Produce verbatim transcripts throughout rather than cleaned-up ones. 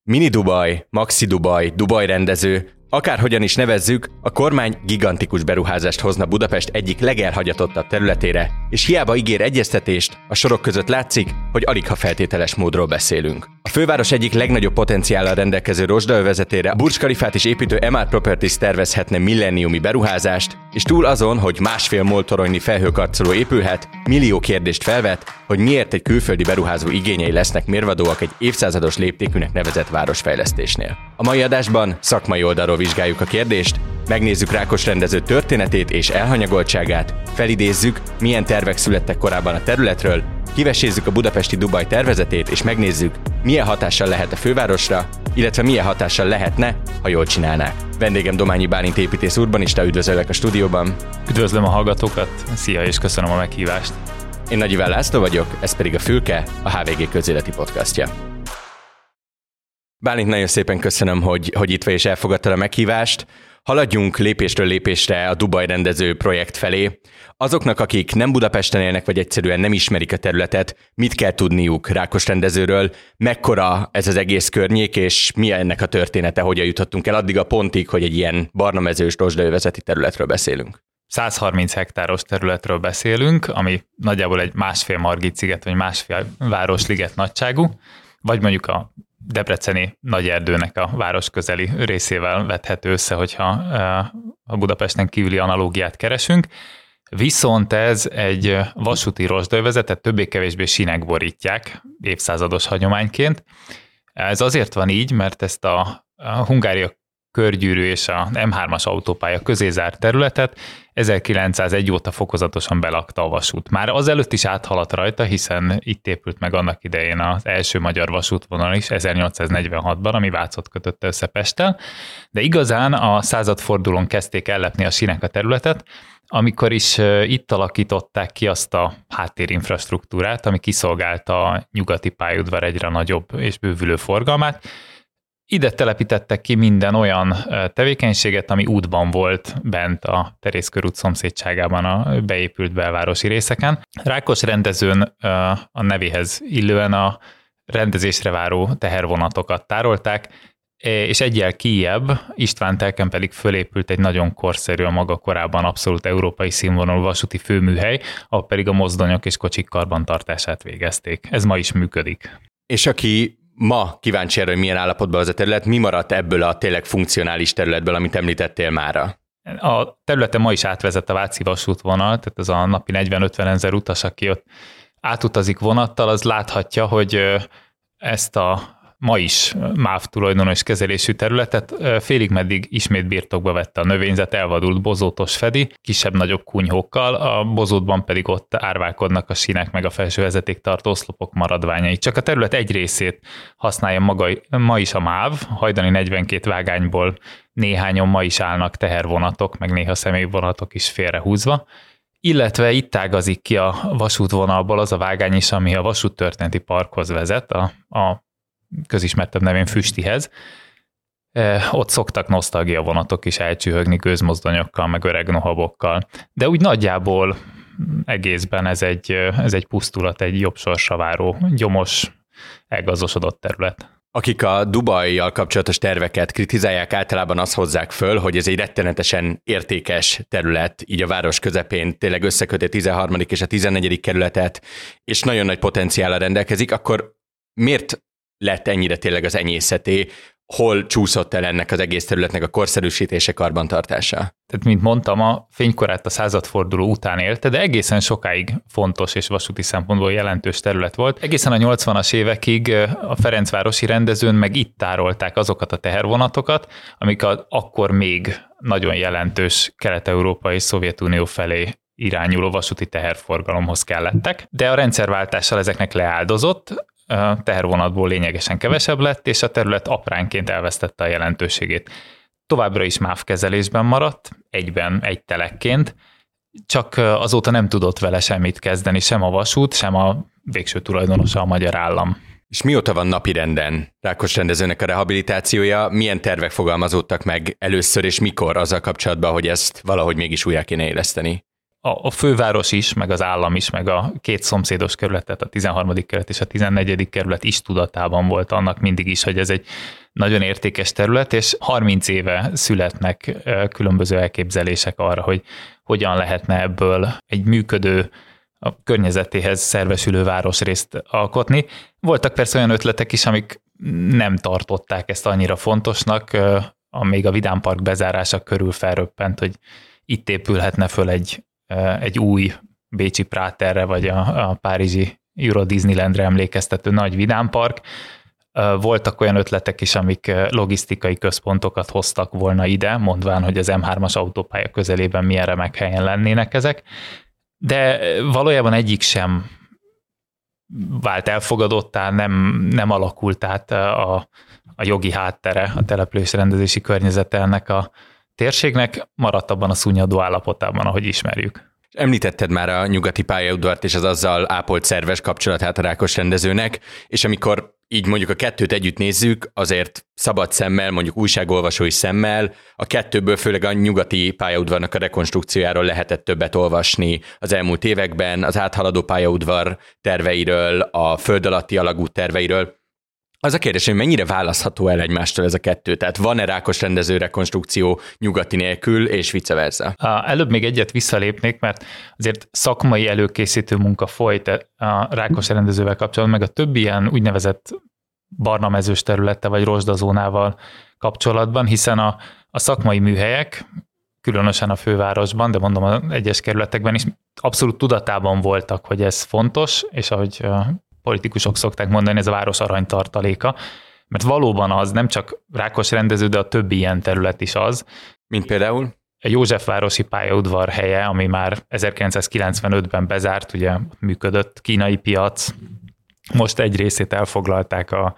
Mini Dubaj, Maxi Dubaj, Dubaj rendező, akárhogyan is nevezzük, a kormány gigantikus beruházást hozna Budapest egyik legelhagyatottabb területére, és hiába ígér egyeztetést, a sorok között látszik, hogy aligha feltételes módról beszélünk. A főváros egyik legnagyobb potenciállal rendelkező rozsdaövezetére a Burj Khalifát is építő em er Properties tervezhetne millenniumi beruházást, és túl azon, hogy másfél moltoronnyi felhőkarcoló épülhet, millió kérdést felvet, hogy miért egy külföldi beruházó igényei lesznek mérvadóak egy évszázados léptékűnek nevezett városfejlesztésnél. A mai adásban szakmai oldalról vizsgáljuk a kérdést, megnézzük Rákos rendező történetét és elhanyagoltságát, felidézzük, milyen tervek születtek korábban a területről, kivesézzük a budapesti Dubaj tervezetét, és megnézzük, milyen hatással lehet a fővárosra, illetve milyen hatással lehetne, ha jól csinálnák. Vendégem Dományi Bálint építész urbanista, üdvözöllek a stúdióban. Üdvözlöm a hallgatókat, szia és köszönöm a meghívást. Én Nagy Iván László vagyok, ez pedig a Fülke, a há vé gé közéleti podcastja. Bálint, nagyon szépen köszönöm, hogy, hogy itt vagy és elfogadtad a meghívást. Haladjunk lépésről lépésre a Dubaj rendező projekt felé. Azoknak, akik nem Budapesten élnek, vagy egyszerűen nem ismerik a területet, mit kell tudniuk Rákos rendezőről, mekkora ez az egész környék, és mi ennek a története, hogyan jutottunk el addig a pontig, hogy egy ilyen barnamezős rozsdaövezeti területről beszélünk. száz harminc hektáros területről beszélünk, ami nagyjából egy másfél Margit-sziget, vagy másfél városliget nagyságú, vagy mondjuk a debreceni Nagyerdőnek a város közeli részével vethető össze, hogyha a Budapesten kívüli analógiát keresünk. Viszont ez egy vasúti rozsdaövezet, tehát többé-kevésbé sínek borítják évszázados hagyományként. Ez azért van így, mert ezt a Hungária körgyűrű és a em hármas autópálya közé zárt területet ezerkilencszázegy óta fokozatosan belakta a vasút. Már azelőtt is áthaladt rajta, hiszen itt épült meg annak idején az első magyar vasútvonal is ezernyolcszáznegyvenhatban, ami Vácot kötötte össze Pesttel, de igazán a századfordulón kezdték ellepni a sínek a területet, amikor is itt alakították ki azt a háttérinfrastruktúrát, ami kiszolgálta a nyugati pályaudvar egyre nagyobb és bővülő forgalmát. Ide telepítettek ki minden olyan tevékenységet, ami útban volt bent a Terész körút szomszédságában a beépült belvárosi részeken. Rákos rendezőn a nevéhez illően a rendezésre váró tehervonatokat tárolták, és egyel kijebb Istvántelken pedig fölépült egy nagyon korszerű, a maga korában abszolút európai színvonalú vasúti főműhely, ahol pedig a mozdonyok és kocsik karbantartását végezték. Ez ma is működik. És aki ma kíváncsi erre, hogy milyen állapotban az a terület, mi maradt ebből a tényleg funkcionális területből, amit említettél mára? A területen ma is átvezet a Váci vasútvonal, tehát az a napi negyven-ötven ezer utas, aki ott átutazik vonattal, az láthatja, hogy ezt a ma is MÁV tulajdonos kezelésű területet félig meddig ismét birtokba vette a növényzet, elvadult bozótos fedi, kisebb-nagyobb kunyhókkal, a bozótban pedig ott árválkodnak a sínek meg a felső vezetéktartó oszlopok maradványai. Csak a terület egy részét használja maga, ma is a MÁV, hajdani negyvenkét vágányból néhányan ma is állnak tehervonatok, meg néha személyvonatok is félrehúzva, illetve itt ágazik ki a vasútvonalból az a vágány is, ami a vasúttörténeti parkhoz vezet, a, a közismertebb nevén Füstihez. Ott szoktak nosztalgia vonatok is elcsühögni gőzmozdonyokkal, meg öreg nohabokkal. De úgy nagyjából egészben ez egy, ez egy pusztulat, egy jobb sorsra váró, gyomos, elgazosodott terület. Akik a Dubajjal kapcsolatos terveket kritizálják, általában azt hozzák föl, hogy ez egy rettenetesen értékes terület, így a város közepén tényleg összeköti a tizenharmadik és a tizennegyedik kerületet, és nagyon nagy potenciállal rendelkezik, akkor miért lett ennyire tényleg az enyészeté, hol csúszott el ennek az egész területnek a korszerűsítése, karbantartása? Tehát, mint mondtam, a fénykorát a századforduló után élte, de egészen sokáig fontos és vasúti szempontból jelentős terület volt. Egészen a nyolcvanas évekig a Ferencvárosi rendezőn meg itt tárolták azokat a tehervonatokat, amik a, akkor még nagyon jelentős Kelet-Európa és Szovjetunió felé irányuló vasúti teherforgalomhoz kellettek, de a rendszerváltással ezeknek leáldozott, a tehervonatból lényegesen kevesebb lett, és a terület apránként elvesztette a jelentőségét. Továbbra is MÁV kezelésben maradt, egyben egy telekként, csak azóta nem tudott vele semmit kezdeni, sem a vasút, sem a végső tulajdonosa, a magyar állam. És mióta van napirenden Rákos rendezőnek a rehabilitációja? Milyen tervek fogalmazódtak meg először, és mikor azzal kapcsolatban, hogy ezt valahogy mégis újra kéne éleszteni? a, a főváros is, meg az állam is, meg a két szomszédos kerület, tehát a tizenharmadik kerület és a tizennegyedik kerület is tudatában volt annak mindig is, hogy ez egy nagyon értékes terület, és harminc éve születnek különböző elképzelések arra, hogy hogyan lehetne ebből egy működő, a környezetéhez szervesülő városrészt alkotni. Voltak persze olyan ötletek is, amik nem tartották ezt annyira fontosnak, még a Vidám Park bezárása körül felröppent, hogy itt épülhetne föl egy, egy új bécsi Práterre, vagy a, a párizsi Euro Disneylandre emlékeztető nagy Vidám Park. Voltak olyan ötletek is, amik logisztikai központokat hoztak volna ide, mondván, hogy az em hármas autópálya közelében milyen remek helyen lennének ezek, de valójában egyik sem vált elfogadottá, nem, nem alakult át a, a jogi háttere, a településrendezési környezete ennek a térségnek, maradt abban a szunnyadó állapotában, ahogy ismerjük. Említetted már a nyugati pályaudvart és az azzal ápolt szerves kapcsolatát a rákosrendezőnek, és amikor így mondjuk a kettőt együtt nézzük, azért szabad szemmel, mondjuk újságolvasói szemmel, a kettőből főleg a nyugati pályaudvarnak a rekonstrukciójáról lehetett többet olvasni az elmúlt években, az áthaladó pályaudvar terveiről, a föld alatti alagút terveiről. Az a kérdés, hogy mennyire választható el egymástól ez a kettő? Tehát van-e rákosrendező rekonstrukció nyugati nélkül, és vice versa? Előbb még egyet visszalépnék, mert azért szakmai előkészítő munka folyt a rákosrendezővel kapcsolatban, meg a többi ilyen úgynevezett barnamezős területe vagy rozsdazónával kapcsolatban, hiszen a, a szakmai műhelyek, különösen a fővárosban, de mondom az egyes kerületekben is abszolút tudatában voltak, hogy ez fontos, és ahogy politikusok szokták mondani, ez a város aranytartaléka, mert valóban az nem csak rákosrendező, de a többi ilyen terület is az. Mint például? A Józsefvárosi pályaudvar helye, ami már ezerkilencszázkilencvenötben bezárt, ugye működött kínai piac, most egy részét elfoglalták a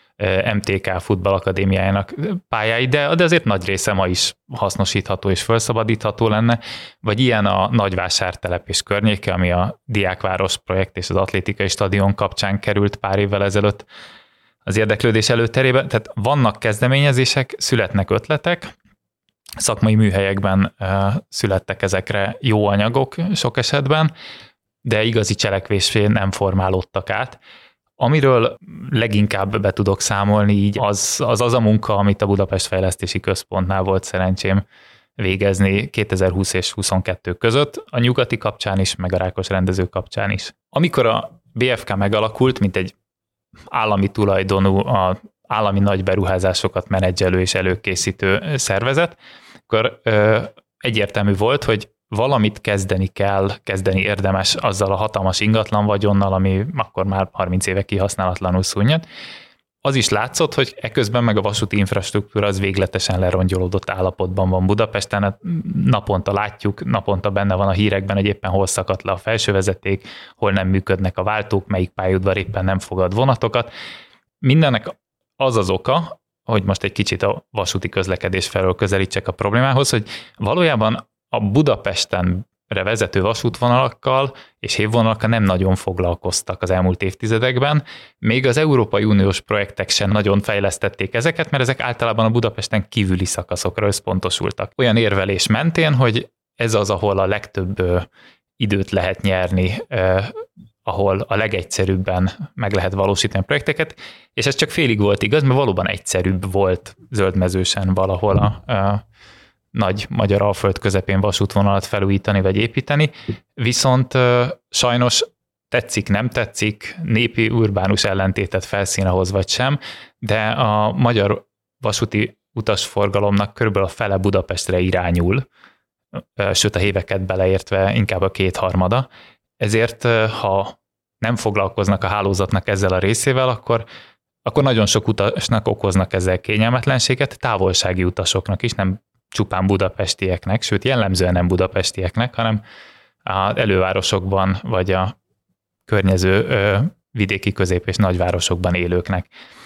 em té ká futballakadémiájának pályái, de, de azért nagy része ma is hasznosítható és felszabadítható lenne, vagy ilyen a Nagyvásártelep és környéke, ami a Diákváros projekt és az atlétikai stadion kapcsán került pár évvel ezelőtt az érdeklődés előterébe. Tehát vannak kezdeményezések, születnek ötletek, szakmai műhelyekben uh, születtek ezekre jó anyagok sok esetben, de igazi cselekvésé nem formálódtak át. Amiről leginkább be tudok számolni így, az az, az a munka, amit a Budapest Fejlesztési Központnál volt szerencsém végezni kétezer-húsz és huszonkettő között, a nyugati kapcsán is, meg a rákosrendező kapcsán is. Amikor a bé ef ká megalakult, mint egy állami tulajdonú, a állami nagy beruházásokat menedzselő és előkészítő szervezet, akkor ö, egyértelmű volt, hogy valamit kezdeni kell, kezdeni érdemes azzal a hatalmas ingatlan vagyonnal, ami akkor már harminc éve kihasználatlanul szunnyad. Az is látszott, hogy eközben meg a vasúti infrastruktúra az végletesen lerongyolódott állapotban van Budapesten. Naponta látjuk, naponta benne van a hírekben, hogy éppen hol szakadt le a felsővezeték, hol nem működnek a váltók, melyik pályaudvar éppen nem fogad vonatokat. Mindennek az az oka, hogy most egy kicsit a vasúti közlekedés felől közelítsek a problémához, hogy valójában a Budapestenre vezető vasútvonalakkal és hévvonalakkal nem nagyon foglalkoztak az elmúlt évtizedekben, még az Európai Uniós projektek sem nagyon fejlesztették ezeket, mert ezek általában a Budapesten kívüli szakaszokra összpontosultak. Olyan érvelés mentén, hogy ez az, ahol a legtöbb ö, időt lehet nyerni, ö, ahol a legegyszerűbben meg lehet valósítani a projekteket, és ez csak félig volt igaz, mert valóban egyszerűbb volt Zöldmezősen valahol a, a nagy magyar Alföld közepén vasútvonalat felújítani vagy építeni, viszont sajnos tetszik, nem tetszik, népi urbánus ellentétet felszínre hoz vagy sem, de a magyar vasúti utasforgalomnak körülbelül a fele Budapestre irányul, sőt a héveket beleértve inkább a kétharmada, ezért ha nem foglalkoznak a hálózatnak ezzel a részével, akkor akkor nagyon sok utasnak okoznak ezzel kényelmetlenséget, távolsági utasoknak is, nem csupán budapestieknek, sőt jellemzően nem budapestieknek, hanem az elővárosokban vagy a környező ö, vidéki közép- és nagyvárosokban élőknek.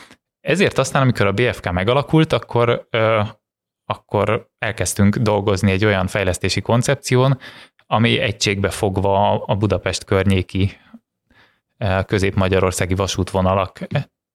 Ezért aztán, amikor a bé ef ká megalakult, akkor, ö, akkor elkezdtünk dolgozni egy olyan fejlesztési koncepción, ami egységbe fogva a Budapest környéki közép-magyarországi vasútvonalak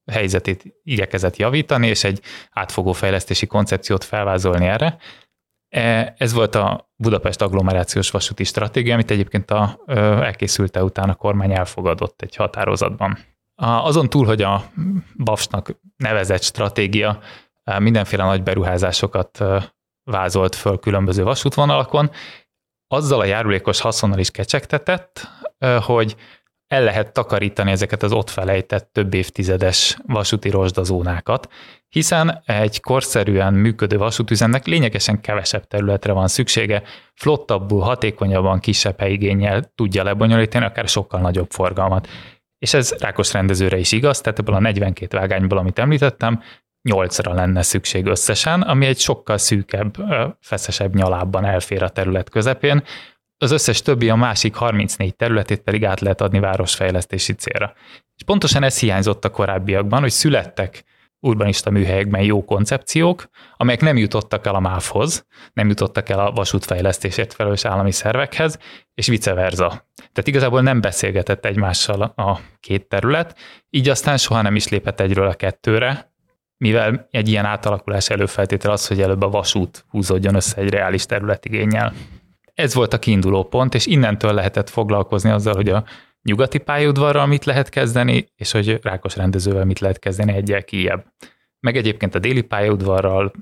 helyzetét igyekezett javítani, és egy átfogó fejlesztési koncepciót felvázolni erre. Ez volt a Budapest agglomerációs vasúti stratégia, amit egyébként a, elkészülte után a kormány elfogadott egy határozatban. Azon túl, hogy a bé á vé es-nak nevezett stratégia mindenféle nagy beruházásokat vázolt föl különböző vasútvonalakon, azzal a járulékos haszonnal is kecsegtetett, hogy el lehet takarítani ezeket az ott felejtett több évtizedes vasúti rozsdazónákat, hiszen egy korszerűen működő vasútüzemnek lényegesen kevesebb területre van szüksége, flottabbul, hatékonyabban, kisebb helyigénnyel tudja lebonyolítani, akár sokkal nagyobb forgalmat. És ez Rákosrendezőre is igaz, tehát ebből a negyvenkét vágányból, amit említettem, nyolcra lenne szükség összesen, ami egy sokkal szűkebb, feszesebb nyalábban elfér a terület közepén. Az összes többi, a másik harmincnégy területét pedig át lehet adni városfejlesztési célra. És pontosan ez hiányzott a korábbiakban, hogy születtek urbanista műhelyekben jó koncepciók, amelyek nem jutottak el a em á vé-hoz, nem jutottak el a vasútfejlesztésért felelős állami szervekhez, és vice versa. Tehát igazából nem beszélgetett egymással a két terület, így aztán soha nem is lépett egyről a kettőre, mivel egy ilyen átalakulás előfeltétel az, hogy előbb a vasút húzódjon össze egy reális területigénnyel. Ez volt a kiinduló pont, és innentől lehetett foglalkozni azzal, hogy a nyugati pályaudvarral mit lehet kezdeni, és hogy Rákosrendezővel mit lehet kezdeni egyel kijebb. Meg egyébként a déli pályaudvarral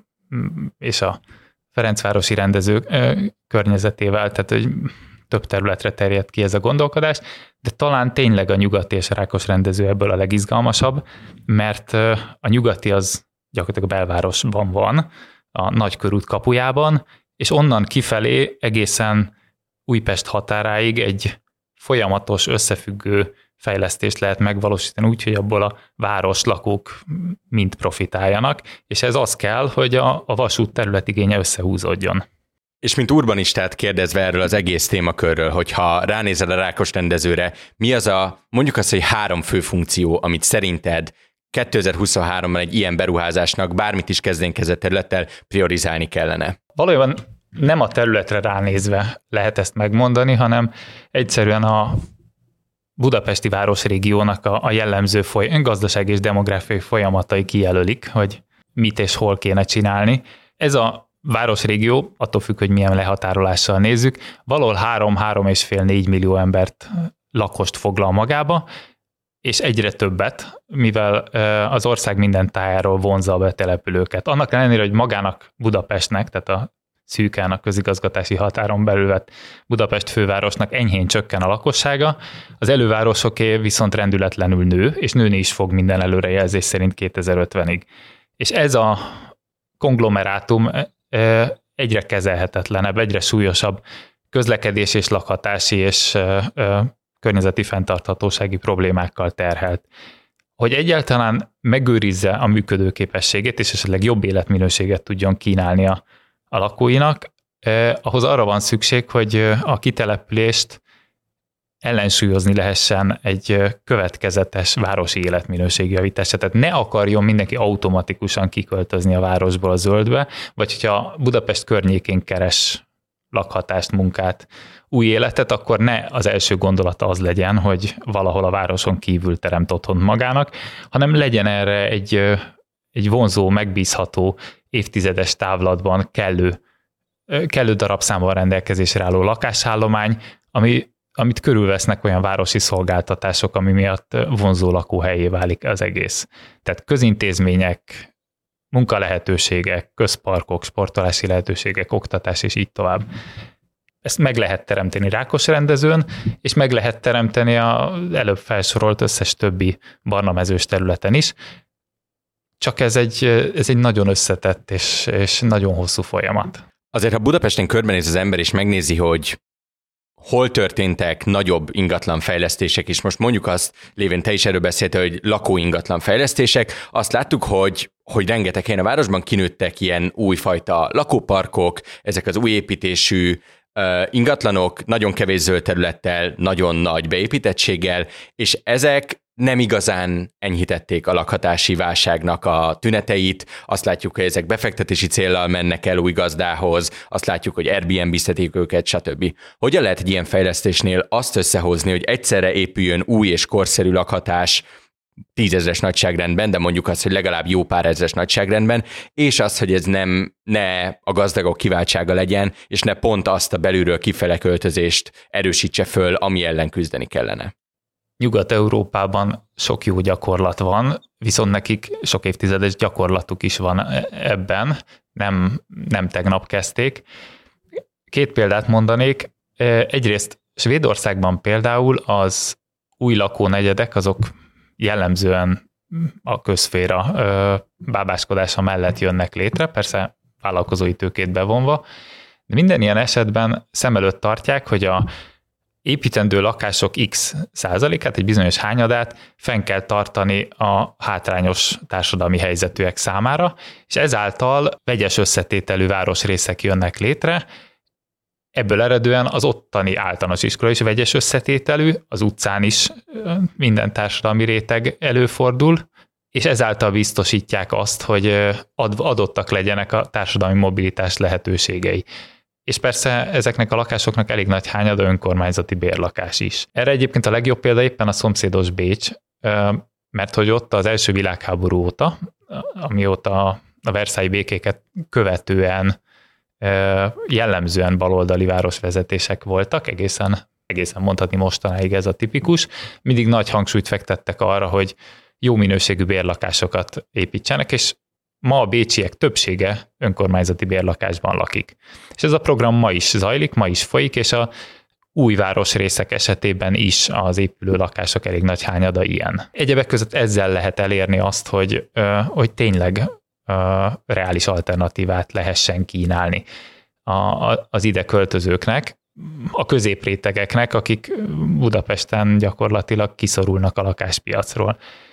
és a Ferencvárosi rendező környezetével, tehát hogy több területre terjedt ki ez a gondolkodás, de talán tényleg a nyugati és a Rákosrendező ebből a legizgalmasabb, mert a nyugati az gyakorlatilag a belvárosban van, a Nagykörút kapujában, és onnan kifelé egészen Újpest határáig egy folyamatos, összefüggő fejlesztést lehet megvalósítani úgy, hogy abból a városlakók mind profitáljanak, és ez az kell, hogy a, a vasút területigénye összehúzódjon. És mint urbanistát kérdezve erről az egész témakörről, hogyha ránézel a Rákosrendezőre, mi az a, mondjuk azt, hogy három fő funkció, amit szerinted kétezer-huszonháromban egy ilyen beruházásnak bármit is kezdénkezett területtel priorizálni kellene? Valójában nem a területre ránézve lehet ezt megmondani, hanem egyszerűen a budapesti városrégiónak a, a jellemző foly- gazdasági és demográfiai folyamatai kijelölik, hogy mit és hol kéne csinálni. Ez a városrégió, attól függ, hogy milyen lehatárolással nézzük, valahol három-három és fél négy millió embert, lakost foglal magába, és egyre többet, mivel az ország minden tájáról vonzza a betelepülőket. Annak ellenére, hogy magának Budapestnek, tehát a szűken a közigazgatási határon belül vett Budapest fővárosnak enyhén csökken a lakossága, az elővárosoké viszont rendületlenül nő, és nőni is fog minden előrejelzés szerint kétezer-ötvenig. És ez a konglomerátum egyre kezelhetetlenebb, egyre súlyosabb közlekedés és lakhatási és környezeti fenntarthatósági problémákkal terhelt. Hogy egyáltalán megőrizze a működőképességét, és esetleg jobb életminőséget tudjon kínálni a, a lakóinak, eh, ahhoz arra van szükség, hogy a kitelepülést ellensúlyozni lehessen egy következetes városi életminőségjavításra. Tehát ne akarjon mindenki automatikusan kiköltözni a városból a zöldbe, vagy hogyha Budapest környékén keres lakhatást, munkát, új életet, akkor ne az első gondolata az legyen, hogy valahol a városon kívül teremt otthont magának, hanem legyen erre egy, egy vonzó, megbízható, évtizedes távlatban kellő, kellő darabszámban rendelkezésre álló lakásállomány, ami, amit körülvesznek olyan városi szolgáltatások, ami miatt vonzó lakóhelyé válik az egész. Tehát közintézmények, munkalehetőségek, közparkok, sportolási lehetőségek, oktatás és így tovább. Ezt meg lehet teremteni Rákosrendezőn, és meg lehet teremteni az előbb felsorolt összes többi barnamezős területen is. Csak ez egy, ez egy nagyon összetett és, és nagyon hosszú folyamat. Azért, ha Budapesten körbenéz az ember és megnézi, hogy hol történtek nagyobb ingatlan fejlesztések, és most mondjuk azt, lévén te is erről beszéltél, hogy lakóingatlan fejlesztések, azt láttuk, hogy, hogy rengeteg helyen a városban kinőttek ilyen újfajta lakóparkok, ezek az új építésű uh, ingatlanok, nagyon kevés zöld területtel, nagyon nagy beépítettséggel, és ezek nem igazán enyhítették a lakhatási válságnak a tüneteit. Azt látjuk, hogy ezek befektetési céllal mennek el új gazdához, azt látjuk, hogy Airbnb-ztetik őket, stb. Hogyan lehet egy ilyen fejlesztésnél azt összehozni, hogy egyszerre épüljön új és korszerű lakhatás, tízezres nagyságrendben, de mondjuk azt, hogy legalább jó pár ezres nagyságrendben, és az, hogy ez nem ne a gazdagok kiváltsága legyen, és ne pont azt a belülről kifele költözést erősítse föl, ami ellen küzdeni kellene. Nyugat-Európában sok jó gyakorlat van, viszont nekik sok évtizedes gyakorlatuk is van ebben, nem, nem tegnap kezdték. Két példát mondanék. Egyrészt Svédországban például az új lakónegyedek, azok jellemzően a közszféra bábáskodása mellett jönnek létre, persze vállalkozói tőkét bevonva, de minden ilyen esetben szem előtt tartják, hogy a építendő lakások X százalékát, egy bizonyos hányadát fenn kell tartani a hátrányos társadalmi helyzetűek számára, és ezáltal vegyes összetételű városrészek jönnek létre. Ebből eredően az ottani általános iskola is vegyes összetételű, az utcán is minden társadalmi réteg előfordul, és ezáltal biztosítják azt, hogy adottak legyenek a társadalmi mobilitás lehetőségei. És persze ezeknek a lakásoknak elég nagy hányada önkormányzati bérlakás is. Erre egyébként a legjobb példa éppen a szomszédos Bécs, mert hogy ott az első világháború óta, amióta a Versailles békéket követően jellemzően baloldali városvezetések voltak, egészen, egészen mondhatni mostanáig ez a tipikus, mindig nagy hangsúlyt fektettek arra, hogy jó minőségű bérlakásokat építsenek, és ma a bécsiek többsége önkormányzati bérlakásban lakik. És ez a program ma is zajlik, ma is folyik, és a új városrészek esetében is az épülő lakások elég nagy hányada ilyen. Egyebek között ezzel lehet elérni azt, hogy, hogy tényleg reális alternatívát lehessen kínálni az ide költözőknek, a középrétegeknek, akik Budapesten gyakorlatilag kiszorulnak a lakáspiacról.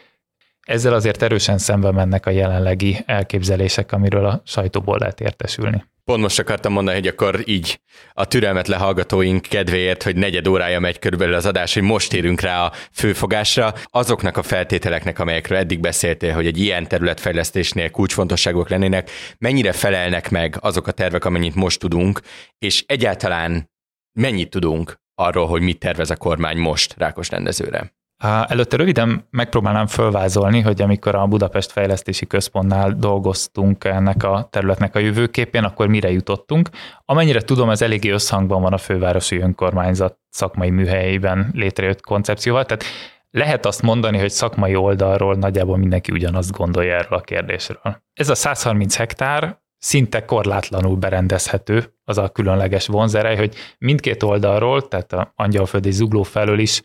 Ezzel azért erősen szembe mennek a jelenlegi elképzelések, amiről a sajtóból lehet értesülni. Pont most akartam mondani, hogy akkor így a türelmetlen hallgatóink kedvéért, hogy negyed órája megy körülbelül az adás, hogy most érünk rá a főfogásra, azoknak a feltételeknek, amelyekről eddig beszéltél, hogy egy ilyen területfejlesztésnél kulcsfontosságok lennének, mennyire felelnek meg azok a tervek, amennyit most tudunk, és egyáltalán mennyit tudunk arról, hogy mit tervez a kormány most Rákosrendezőre? Előtte röviden megpróbálnám fölvázolni, hogy amikor a Budapest Fejlesztési Központnál dolgoztunk ennek a területnek a jövőképén, akkor mire jutottunk. Amennyire tudom, ez eléggé összhangban van a fővárosi önkormányzat szakmai műhelyében létrejött koncepcióval, tehát lehet azt mondani, hogy szakmai oldalról nagyjából mindenki ugyanazt gondolja erről a kérdésről. Ez a száz harminc hektár szinte korlátlanul berendezhető, az a különleges vonzerej, hogy mindkét oldalról, tehát a Angyalföld és Zugló felől is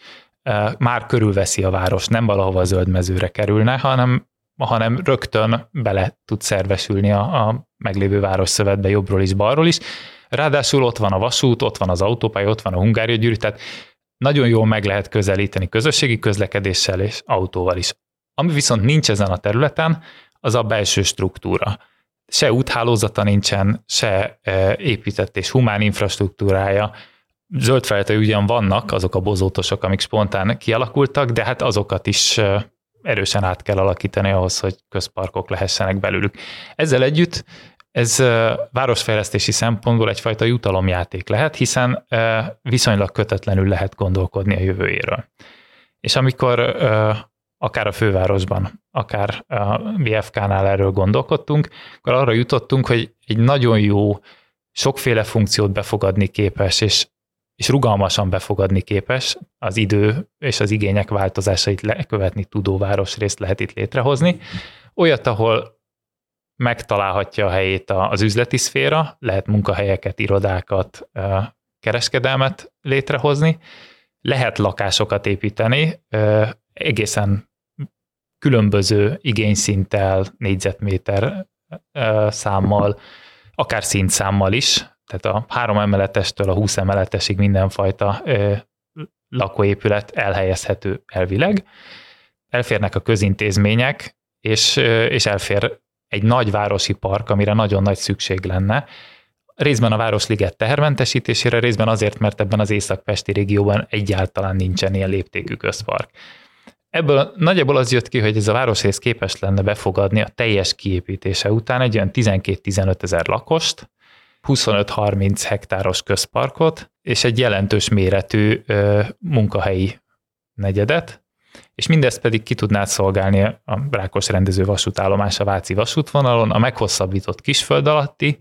már körülveszi a város, nem valahova a zöld mezőre kerülne, hanem, hanem rögtön bele tud szervesülni a, a meglévő városszövetbe jobbról is, balról is. Ráadásul ott van a vasút, ott van az autópálya, ott van a Hungária gyűrű, tehát nagyon jól meg lehet közelíteni közösségi közlekedéssel és autóval is. Ami viszont nincs ezen a területen, az a belső struktúra. Se úthálózata nincsen, se épített és humán infrastruktúrája. Zöld felületei ugyan vannak, azok a bozótosok, amik spontán kialakultak, de hát azokat is erősen át kell alakítani ahhoz, hogy közparkok lehessenek belőlük. Ezzel együtt ez városfejlesztési szempontból egyfajta jutalomjáték lehet, hiszen viszonylag kötetlenül lehet gondolkodni a jövőjéről. És amikor akár a fővárosban, akár a bé ef ká-nál erről gondolkodtunk, akkor arra jutottunk, hogy egy nagyon jó, sokféle funkciót befogadni képes, és és rugalmasan befogadni képes, az idő és az igények változásait lekövetni tudó városrészt lehet itt létrehozni. Olyat, ahol megtalálhatja a helyét az üzleti szféra, lehet munkahelyeket, irodákat, kereskedelmet létrehozni, lehet lakásokat építeni, egészen különböző igényszinttel, négyzetméter számmal, akár szintszámmal is, tehát a három emeletestől a húsz emeletesig mindenfajta ö, lakóépület elhelyezhető elvileg. Elférnek a közintézmények, és, ö, és elfér egy nagy városi park, amire nagyon nagy szükség lenne. Részben a Városliget tehermentesítésére, részben azért, mert ebben az észak-pesti régióban egyáltalán nincsen ilyen léptékű közpark. Ebből nagyjából az jött ki, hogy ez a városrész képes lenne befogadni a teljes kiépítése után egy olyan tizenkét-tizenöt ezer lakost, huszonöt-harminc hektáros közparkot, és egy jelentős méretű ö, munkahelyi negyedet. és mindezt pedig ki tudnád szolgálni a Rákos rendező vasútállomás a Váci vasútvonalon, a meghosszabbított Kisföld alatti,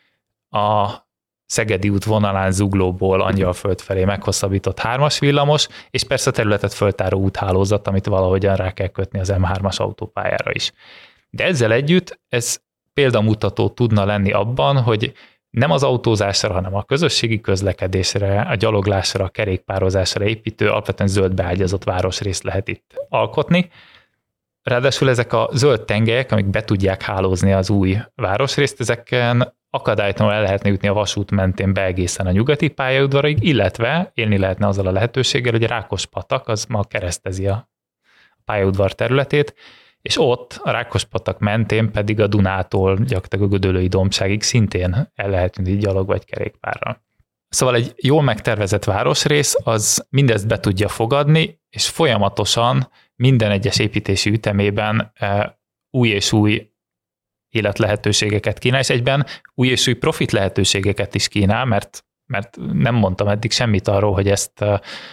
a Szegedi út vonalán Zuglóból Angyalföld felé meghosszabbított hármas villamos, és persze a területet föltáró úthálózat, amit valahogyan rá kell kötni az em hármas autópályára is. De ezzel együtt ez példamutató tudna lenni abban, hogy nem az autózásra, hanem a közösségi közlekedésre, a gyaloglásra, a kerékpározásra építő, alapvetően zöld beágyazott városrészt lehet itt alkotni. Ráadásul ezek a zöld tengelyek, amik be tudják hálózni az új városrészt, ezeken akadálytalanul el lehetne jutni a vasút mentén be egészen a nyugati pályaudvarig, illetve élni lehetne azzal a lehetőséggel, hogy a Rákospatak az ma keresztezi a pályaudvar területét, és ott a Rákospatak mentén pedig a Dunától gyakorlatilag a Gödöllői dombságig szintén el lehet jutni gyalog vagy kerékpárral. Szóval egy jól megtervezett városrész az mindezt be tudja fogadni, és folyamatosan minden egyes építési ütemében új és új életlehetőségeket kínál, és egyben új és új profit lehetőségeket is kínál, mert, mert nem mondtam eddig semmit arról, hogy ezt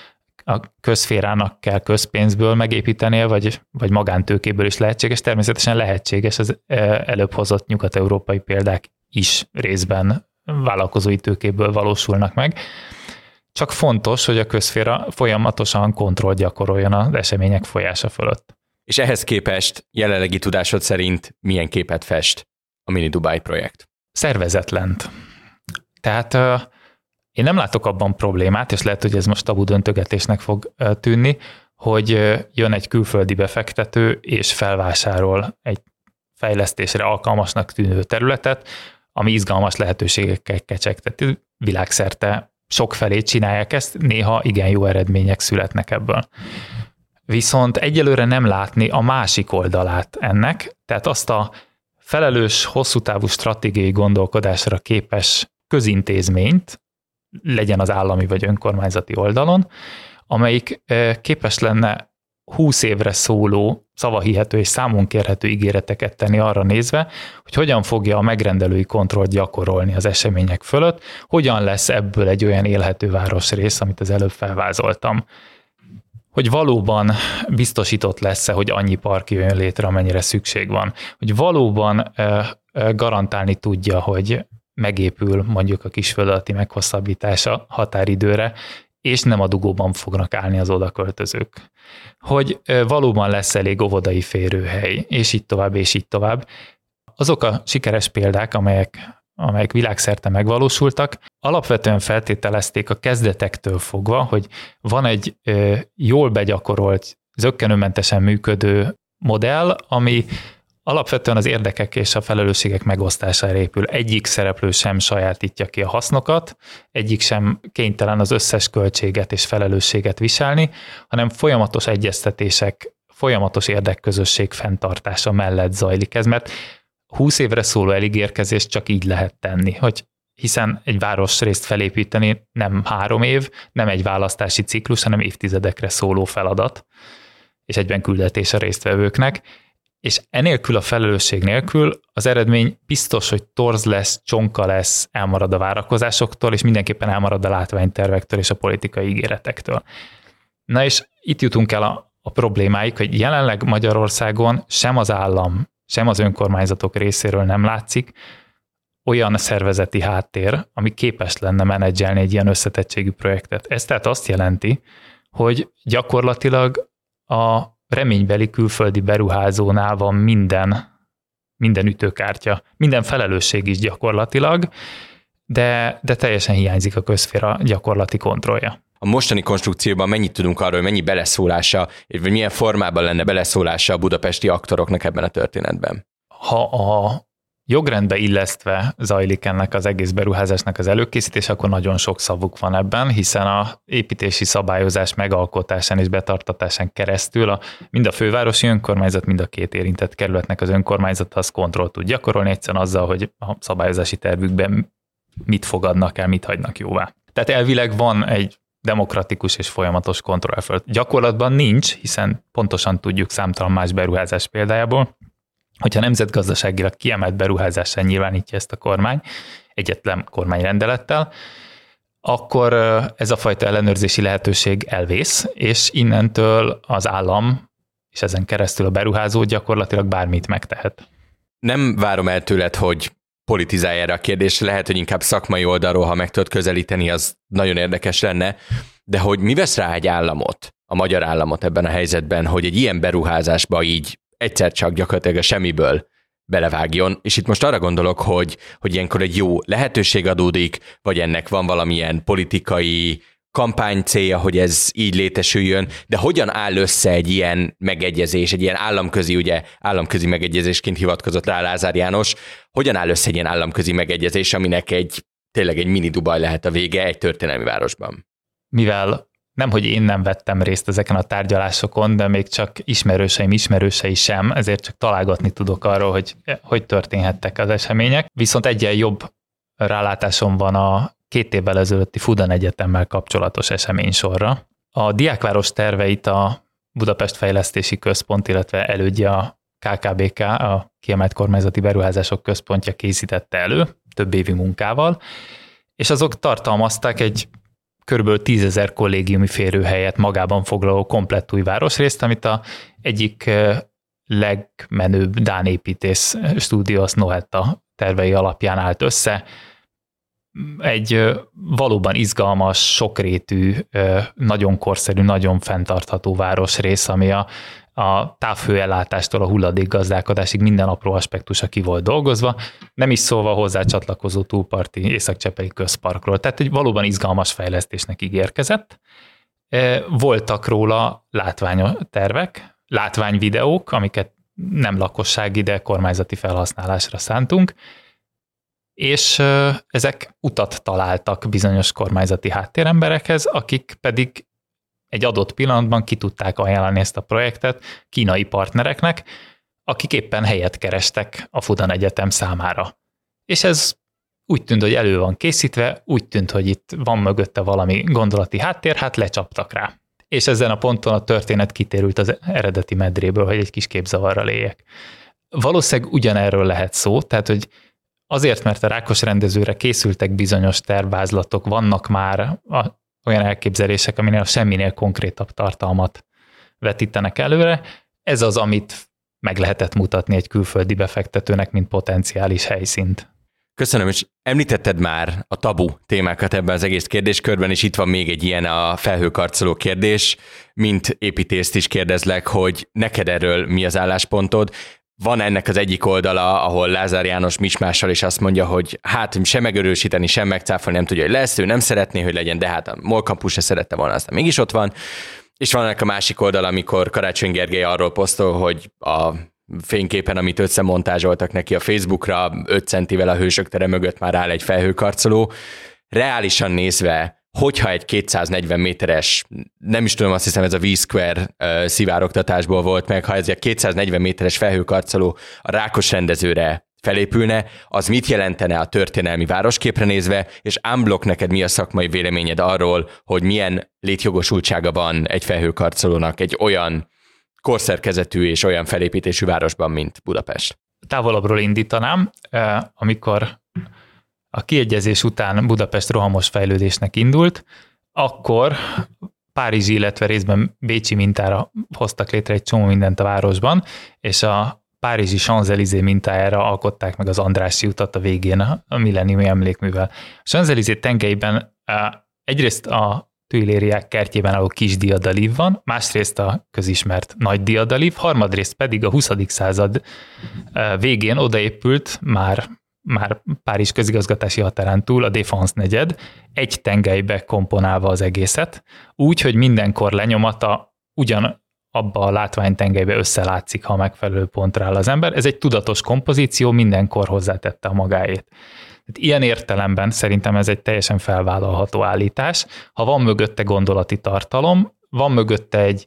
a közszférának kell közpénzből megépítenie, vagy, vagy magántőkéből is lehetséges. Természetesen lehetséges, az előbb hozott nyugat-európai példák is részben vállalkozói tőkéből valósulnak meg. Csak fontos, hogy a közszféra folyamatosan kontrollt gyakoroljon az események folyása fölött. És ehhez képest jelenlegi tudásod szerint milyen képet fest a Mini Dubáj projekt? Szervezetlent. Tehát uh, én nem látok abban problémát, és lehet, hogy ez most tabu döntögetésnek fog uh, tűnni, hogy uh, jön egy külföldi befektető, és felvásárol egy fejlesztésre alkalmasnak tűnő területet, ami izgalmas lehetőségekkel kecsegteti. Világszerte sokfelé csinálják ezt, néha igen jó eredmények születnek ebből. Viszont egyelőre nem látni a másik oldalát ennek, tehát azt a felelős, hosszú távú stratégiai gondolkodásra képes közintézményt, legyen az állami vagy önkormányzati oldalon, amelyik képes lenne húsz évre szóló, szavahihető és számon kérhető ígéreteket tenni arra nézve, hogy hogyan fogja a megrendelői kontrollt gyakorolni az események fölött, hogyan lesz ebből egy olyan élhető városrész, amit az előbb felvázoltam. Hogy valóban biztosított lesz-e, hogy annyi park jön létre, amennyire szükség van. Hogy valóban garantálni tudja, hogy megépül mondjuk a Kisföld alatti meghosszabbítása határidőre, és nem a dugóban fognak állni az odaköltözők. Hogy valóban lesz elég óvodai férőhely, és így tovább, és így tovább. Azok a sikeres példák, amelyek amelyek világszerte megvalósultak, alapvetően feltételezték a kezdetektől fogva, hogy van egy ö, jól begyakorolt, zökkenőmentesen működő modell, ami alapvetően az érdekek és a felelősségek megosztására épül. Egyik szereplő sem sajátítja ki a hasznokat, egyik sem kénytelen az összes költséget és felelősséget viselni, hanem folyamatos egyeztetések, folyamatos érdekközösség fenntartása mellett zajlik ez, mert húsz évre szóló eligérkezést csak így lehet tenni, hogy hiszen egy városrészt felépíteni nem három év, nem egy választási ciklus, hanem évtizedekre szóló feladat, és egyben küldetés a résztvevőknek, és enélkül a felelősség nélkül az eredmény biztos, hogy torz lesz, csonka lesz, elmarad a várakozásoktól, és mindenképpen elmarad a látványtervektől és a politikai ígéretektől. Na és itt jutunk el a, a problémáig, hogy jelenleg Magyarországon sem az állam, sem az önkormányzatok részéről nem látszik olyan szervezeti háttér, ami képes lenne menedzselni egy ilyen összetettségű projektet. Ez tehát azt jelenti, hogy gyakorlatilag a reménybeli külföldi beruházónál van minden, minden ütőkártya, minden felelősség is gyakorlatilag, de, de teljesen hiányzik a közszféra gyakorlati kontrollja. A mostani konstrukcióban mennyit tudunk arról, hogy mennyi beleszólása, vagy milyen formában lenne beleszólása a budapesti aktoroknak ebben a történetben? Ha a jogrendbe illesztve zajlik ennek az egész beruházásnak az előkészítés, akkor nagyon sok szavuk van ebben, hiszen a építési szabályozás megalkotásán és betartatásán keresztül a, mind a fővárosi önkormányzat, mind a két érintett kerületnek az önkormányzata az kontrollt tud gyakorolni egyszerűen azzal, hogy a szabályozási tervükben mit fogadnak el, mit hagynak jóvá. Tehát elvileg van egy demokratikus és folyamatos kontroll fölött. Gyakorlatban nincs, hiszen pontosan tudjuk számtalan más beruházás példájából, hogyha nemzetgazdaságilag kiemelt beruházással nyilvánítja ezt a kormány, egyetlen kormányrendelettel, akkor ez a fajta ellenőrzési lehetőség elvész, és innentől az állam, és ezen keresztül a beruházó gyakorlatilag bármit megtehet. Nem várom el tőled, hogy politizálj erre a kérdésre, lehet, hogy inkább szakmai oldalról, ha meg tudod közelíteni, az nagyon érdekes lenne, de hogy mi vesz rá egy államot, a magyar államot ebben a helyzetben, hogy egy ilyen beruházásba így egyszer csak gyakorlatilag a semmiből belevágjon, és itt most arra gondolok, hogy, hogy ilyenkor egy jó lehetőség adódik, vagy ennek van valamilyen politikai kampány célja, hogy ez így létesüljön, de hogyan áll össze egy ilyen megegyezés, egy ilyen államközi, ugye államközi megegyezésként hivatkozott rá Lázár János, hogyan áll össze egy ilyen államközi megegyezés, aminek egy tényleg egy mini Dubaj lehet a vége egy történelmi városban? Mivel nemhogy én nem vettem részt ezeken a tárgyalásokon, de még csak ismerőseim ismerősei sem, ezért csak találgatni tudok arról, hogy hogy történhettek az események. Viszont egyen jobb rálátásom van a két évvel ezelőtti Fudan Egyetemmel kapcsolatos eseménysorra. A Diákváros terveit a Budapest Fejlesztési Központ, illetve elődje a ká ká bé ká, a Kiemelt Kormányzati Beruházások Központja készítette elő, több évi munkával, és azok tartalmazták egy körülbelül tízezer kollégiumi férőhelyet magában foglaló komplett új városrészt, amit a egyik legmenőbb dán építész stúdió, az Nohetta tervei alapján állt össze. Egy valóban izgalmas, sokrétű, nagyon korszerű, nagyon fenntartható városrész, ami a, a távhőellátástól a hulladékgazdálkodásig minden apró aspektusa ki volt dolgozva, nem is szólva hozzá csatlakozó túlparti Észak-Csepeli közparkról. Tehát egy valóban izgalmas fejlesztésnek ígérkezett. Voltak róla látványtervek, látványvideók, amiket nem lakossági, de kormányzati felhasználásra szántunk, és ezek utat találtak bizonyos kormányzati háttéremberekhez, akik pedig egy adott pillanatban ki tudták ajánlani ezt a projektet kínai partnereknek, akik éppen helyet kerestek a Fudan Egyetem számára. És ez úgy tűnt, hogy elő van készítve, úgy tűnt, hogy itt van mögötte valami gondolati háttér, hát lecsaptak rá. És ezen a ponton a történet kitérült az eredeti medréből, hogy egy kis képzavarral éljek. Valószínűleg ugyanerről lehet szó, tehát hogy azért, mert a Rákos rendezőre készültek bizonyos tervvázlatok, vannak már a, olyan elképzelések, aminél semminél konkrétabb tartalmat vetítenek előre. Ez az, amit meg lehetett mutatni egy külföldi befektetőnek, mint potenciális helyszínt. Köszönöm, és említetted már a tabu témákat ebben az egész kérdéskörben, és itt van még egy ilyen a felhőkarcoló kérdés, mint építészt is kérdezlek, hogy neked erről mi az álláspontod. Van ennek az egyik oldala, ahol Lázár János mismással is azt mondja, hogy hát sem megerősíteni, sem megcáfolni nem tudja, hogy lesz, ő nem szeretné, hogy legyen, de hát a MOL Campus se szerette volna, aztán mégis ott van. És van ennek a másik oldala, amikor Karácsony Gergely arról posztol, hogy a fényképen, amit összemontázsoltak neki a Facebookra, öt centivel a Hősök tere mögött már áll egy felhőkarcoló. Reálisan nézve, hogyha egy kétszáznegyven méteres, nem is tudom, azt hiszem ez a V-Square uh, szivárogtatásból volt meg, ha ez egy kétszáznegyven méteres felhőkarcoló a Rákos rendezőre felépülne, az mit jelentene a történelmi városképre nézve, és unblock neked mi a szakmai véleményed arról, hogy milyen létjogosultsága van egy felhőkarcolónak egy olyan korszerkezetű és olyan felépítésű városban, mint Budapest? Távolabbról indítanám, amikor a kiegyezés után Budapest rohamos fejlődésnek indult, akkor párizsi, illetve részben bécsi mintára hoztak létre egy csomó mindent a városban, és a párizsi Champs-Élysées mintájára alkották meg az Andrássy utat a végén a millenniumi emlékművel. A Champs-Élysées tengelyben egyrészt a Tuilériák kertjében álló kis diadalív van, másrészt a közismert nagy diadalív, harmadrészt pedig a huszadik század végén odaépült már, már Párizs közigazgatási határán túl a Défense negyed, egy tengelybe komponálva az egészet, úgy, hogy mindenkor lenyomata ugyan abba a látványtengelybe összelátszik, ha megfelelő pontra áll az ember. Ez egy tudatos kompozíció, mindenkor hozzátette a magáét. Ilyen értelemben szerintem ez egy teljesen felvállalható állítás. Ha van mögötte gondolati tartalom, van mögötte egy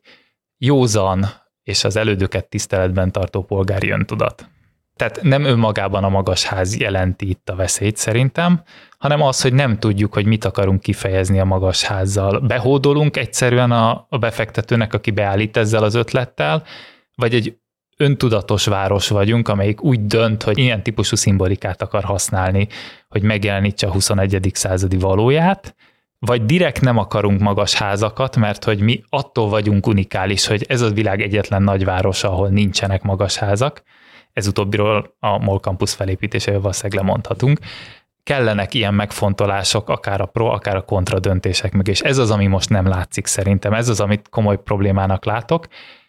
józan és az elődöket tiszteletben tartó polgári öntudat. Tehát nem önmagában a magasház jelenti itt a veszélyt szerintem, hanem az, hogy nem tudjuk, hogy mit akarunk kifejezni a magasházzal. Behódolunk egyszerűen a, a befektetőnek, aki beállít ezzel az ötlettel, vagy egy öntudatos város vagyunk, amelyik úgy dönt, hogy ilyen típusú szimbolikát akar használni, hogy megjelenítse a huszonegyedik századi valóját, vagy direkt nem akarunk magas házakat, mert hogy mi attól vagyunk unikális, hogy ez a világ egyetlen nagyvárosa, ahol nincsenek magas házak, ez utóbbiról a MOL Campus felépítésével valószínűleg lemondhatunk, kellenek ilyen megfontolások, akár a pro, akár a kontra döntések meg, és ez az, ami most nem látszik szerintem, ez az, amit komoly problémának látok.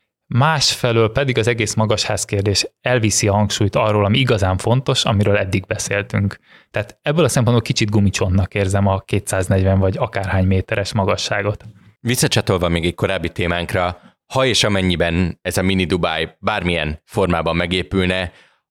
Másfelől pedig az egész magasház kérdés elviszi a hangsúlyt arról, ami igazán fontos, amiről eddig beszéltünk. Tehát ebből a szempontból kicsit gumicsontnak érzem a kétszáznegyven vagy akárhány méteres magasságot. Visszacsatolva még egy korábbi témánkra, ha és amennyiben ez a mini Dubáj bármilyen formában megépülne,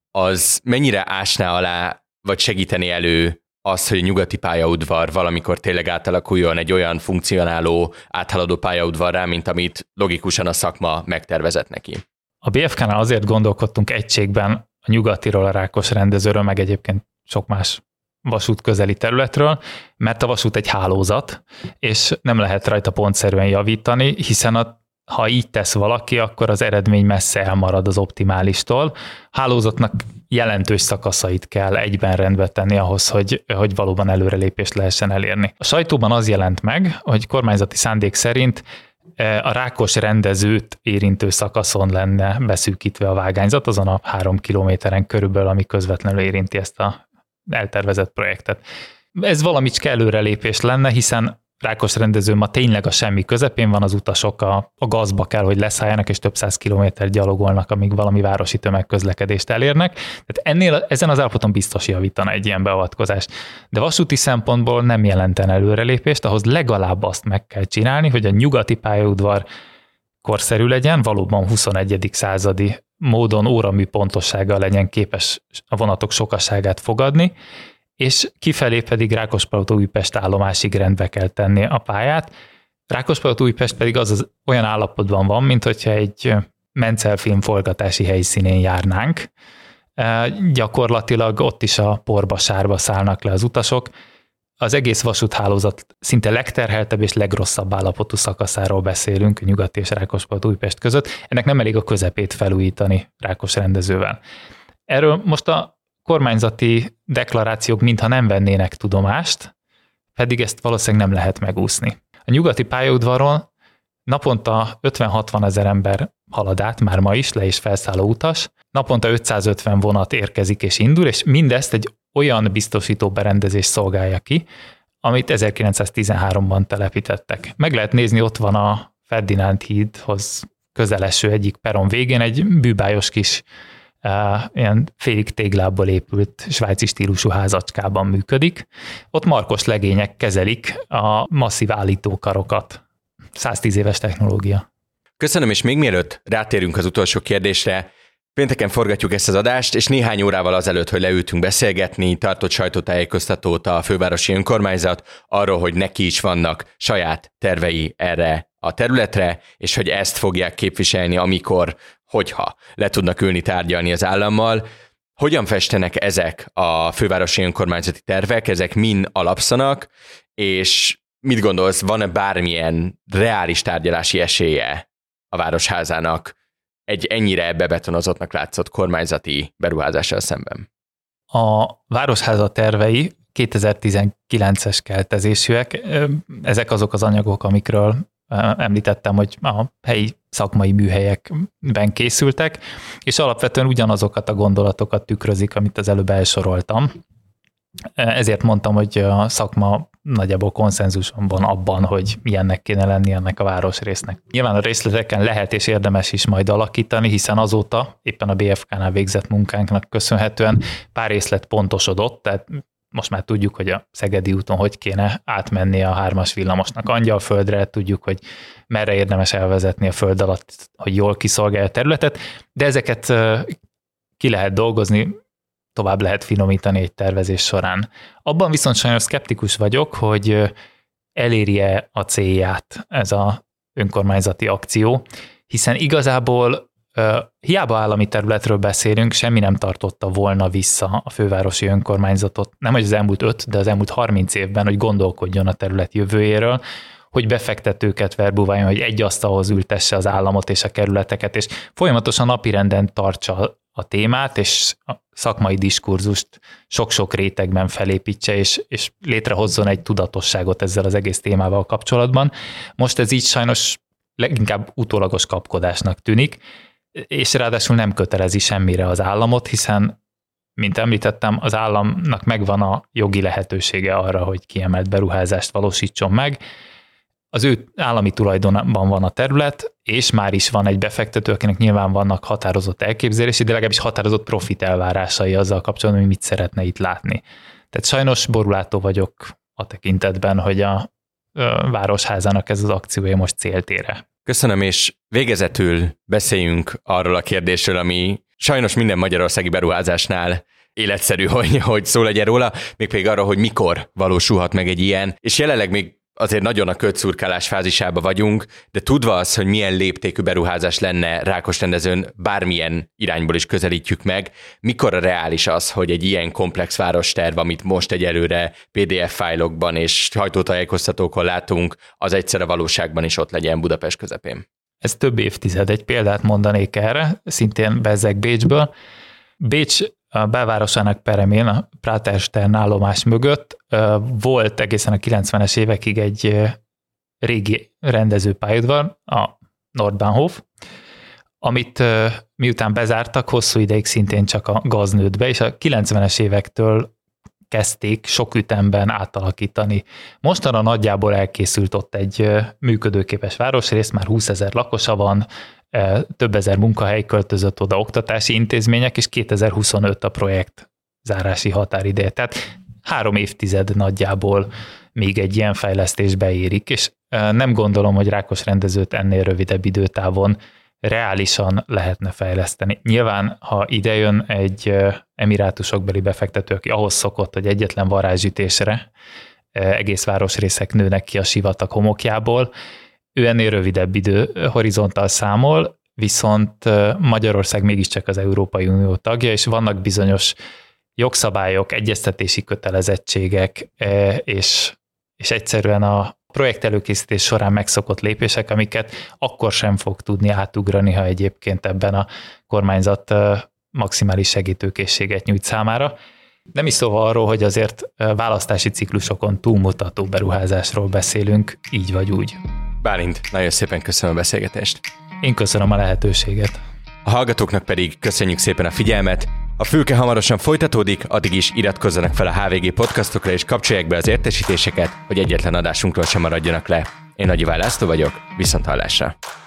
az mennyire ásná alá, vagy segíteni elő az, hogy a nyugati pályaudvar valamikor tényleg átalakuljon egy olyan funkcionáló, áthaladó pályaudvarrá, mint amit logikusan a szakma megtervezett neki. A bé ef ká-nál azért gondolkodtunk egységben a nyugatiról, a Rákos rendezőről, meg egyébként sok más vasút közeli területről, mert a vasút egy hálózat, és nem lehet rajta pontszerűen javítani, hiszen a ha így tesz valaki, akkor az eredmény messze elmarad az optimálistól. Hálózatnak jelentős szakaszait kell egyben rendbe tenni ahhoz, hogy, hogy valóban előrelépést lehessen elérni. A sajtóban az jelent meg, hogy kormányzati szándék szerint a Rákos rendezőt érintő szakaszon lenne beszűkítve a vágányzat, azon a három kilométeren körülbelül, ami közvetlenül érinti ezt a eltervezett projektet. Ez valamicske előrelépés lenne, hiszen Rákos rendező ma tényleg a semmi közepén van, az utasok a, a gazba kell, hogy leszálljanak, és több száz kilométer gyalogolnak, amíg valami városi tömegközlekedést elérnek. Tehát ennél, ezen az állapoton biztos javítana egy ilyen beavatkozás. De vasúti szempontból nem jelenten előrelépést, ahhoz legalább azt meg kell csinálni, hogy a nyugati pályaudvar korszerű legyen, valóban huszonegyedik századi módon óramű pontossággal legyen képes a vonatok sokasságát fogadni, és kifelé pedig Rákospalota-Újpest állomásig rendbe kell tenni a pályát. Rákospalota-Újpest pedig az, az olyan állapotban van, mint hogyha egy Menzel film forgatási helyszínén járnánk. E, gyakorlatilag ott is a porba, sárba szállnak le az utasok. Az egész vasúthálózat szinte legterheltebb és legrosszabb állapotú szakaszáról beszélünk Nyugati és Rákospalota-Újpest között. Ennek nem elég a közepét felújítani Rákos rendezővel. Erről most a kormányzati deklarációk mintha nem vennének tudomást, pedig ezt valószínűleg nem lehet megúszni. A nyugati pályaudvaron naponta ötven-hatvan ezer ember halad át, már ma is, le- és felszálló utas, naponta ötszázötven vonat érkezik és indul, és mindezt egy olyan biztosító berendezés szolgálja ki, amit ezerkilencszáztizenháromban telepítettek. Meg lehet nézni, ott van a Ferdinánd hídhoz közeleső egyik peron végén egy bűbájos kis Uh, ilyen félig téglából épült svájci stílusú házacskában működik. Ott markos legények kezelik a masszív állítókarokat. száztíz éves technológia. Köszönöm, és még mielőtt rátérünk az utolsó kérdésre, pénteken forgatjuk ezt az adást, és néhány órával azelőtt, hogy leültünk beszélgetni, tartott sajtótájékoztatót a fővárosi önkormányzat arról, hogy neki is vannak saját tervei erre a területre, és hogy ezt fogják képviselni, amikor, hogyha le tudnak ülni tárgyalni az állammal. Hogyan festenek ezek a fővárosi önkormányzati tervek, ezek mind alapszanak, és mit gondolsz, van-e bármilyen reális tárgyalási esélye a Városházának egy ennyire bebetonozottnak látszott kormányzati beruházással szemben? A Városháza tervei kétezer-tizenkilences keltezésűek. Ezek azok az anyagok, amikről említettem, hogy a helyi szakmai műhelyekben készültek, és alapvetően ugyanazokat a gondolatokat tükrözik, amit az előbb elsoroltam. Ezért mondtam, hogy a szakma nagyjából konszenzuson van abban, hogy milyennek kéne lenni ennek a városrésznek. Nyilván a részleteken lehet és érdemes is majd alakítani, hiszen azóta éppen a bé ef ká-nál végzett munkánknak köszönhetően pár részlet pontosodott, tehát most már tudjuk, hogy a Szegedi úton hogy kéne átmenni a hármas villamosnak Angyalföldre, tudjuk, hogy merre érdemes elvezetni a föld alatt, hogy jól kiszolgálja a területet, de ezeket ki lehet dolgozni, tovább lehet finomítani egy tervezés során. Abban viszont sajnos szkeptikus vagyok, hogy eléri-e a célját ez az önkormányzati akció, hiszen igazából hiába állami területről beszélünk, semmi nem tartotta volna vissza a fővárosi önkormányzatot, nem hogy az elmúlt öt, de az elmúlt harminc évben, hogy gondolkodjon a terület jövőjéről, hogy befektetőket verbuváljon, hogy egy asztalhoz ültesse az államot és a kerületeket, és folyamatosan napirenden tartsa a témát, és a szakmai diskurzust sok-sok rétegben felépítse, és, és létrehozzon egy tudatosságot ezzel az egész témával kapcsolatban. Most ez így sajnos leginkább utólagos kapkodásnak tűnik, és ráadásul nem kötelezi semmire az államot, hiszen, mint említettem, az államnak megvan a jogi lehetősége arra, hogy kiemelt beruházást valósítson meg. Az ő állami tulajdonban van a terület, és már is van egy befektető, akinek nyilván vannak határozott elképzelési, de legalábbis határozott profit elvárásai azzal kapcsolatban, hogy mit szeretne itt látni. Tehát sajnos borulátó vagyok a tekintetben, hogy a Városházának ez az akciója most céltére. Köszönöm, és végezetül beszéljünk arról a kérdésről, ami sajnos minden magyarországi beruházásnál életszerű, hogy, hogy szó legyen róla, mégpedig arról, hogy mikor valósulhat meg egy ilyen, és jelenleg még azért nagyon a kötszurkálás fázisában vagyunk, de tudva az, hogy milyen léptékű beruházás lenne Rákosrendezőn, bármilyen irányból is közelítjük meg, mikor reális az, hogy egy ilyen komplex városterv, amit most egyelőre pé dé ef fájlokban és sajtótájékoztatókon látunk, az egyszer a valóságban is ott legyen Budapest közepén? Ez több évtized. Egy példát mondanék erre, szintén bezzeg Bécsből. Bécs a belvárosának peremén, a Praterstern állomás mögött volt egészen a kilencvenes évekig egy régi rendezőpályaudvar, a Nordbahnhof, amit miután bezártak, hosszú ideig szintén csak a gáz nőtt be, és a kilencvenes évektől kezdték sok ütemben átalakítani. Mostanra nagyjából elkészült ott egy működőképes városrész, már húszezer lakosa van, több ezer munkahely költözött oda, oktatási intézmények, és kétezer-huszonöt a projekt zárási határideje. Tehát három évtized nagyjából még egy ilyen fejlesztés beérik, és nem gondolom, hogy Rákosrendezőt ennél rövidebb időtávon reálisan lehetne fejleszteni. Nyilván, ha idejön egy emirátusokbeli befektető, aki ahhoz szokott, hogy egyetlen varázsütésre egész városrészek nőnek ki a sivatag homokjából, ő ennél rövidebb időhorizonttal számol, viszont Magyarország mégiscsak az Európai Unió tagja, és vannak bizonyos jogszabályok, egyeztetési kötelezettségek, és, és egyszerűen a projekt előkészítés során megszokott lépések, amiket akkor sem fog tudni átugrani, ha egyébként ebben a kormányzat maximális segítőkészséget nyújt számára. Nem is szóval arról, hogy azért választási ciklusokon túlmutató beruházásról beszélünk, így vagy úgy. Bálint, nagyon szépen köszönöm a beszélgetést. Én köszönöm a lehetőséget. A hallgatóknak pedig köszönjük szépen a figyelmet. A Fülke hamarosan folytatódik, addig is iratkozzanak fel a há vé gé podcastokra és kapcsolják be az értesítéseket, hogy egyetlen adásunkról sem maradjanak le. Én Nagy Iván László vagyok, viszont hallásra.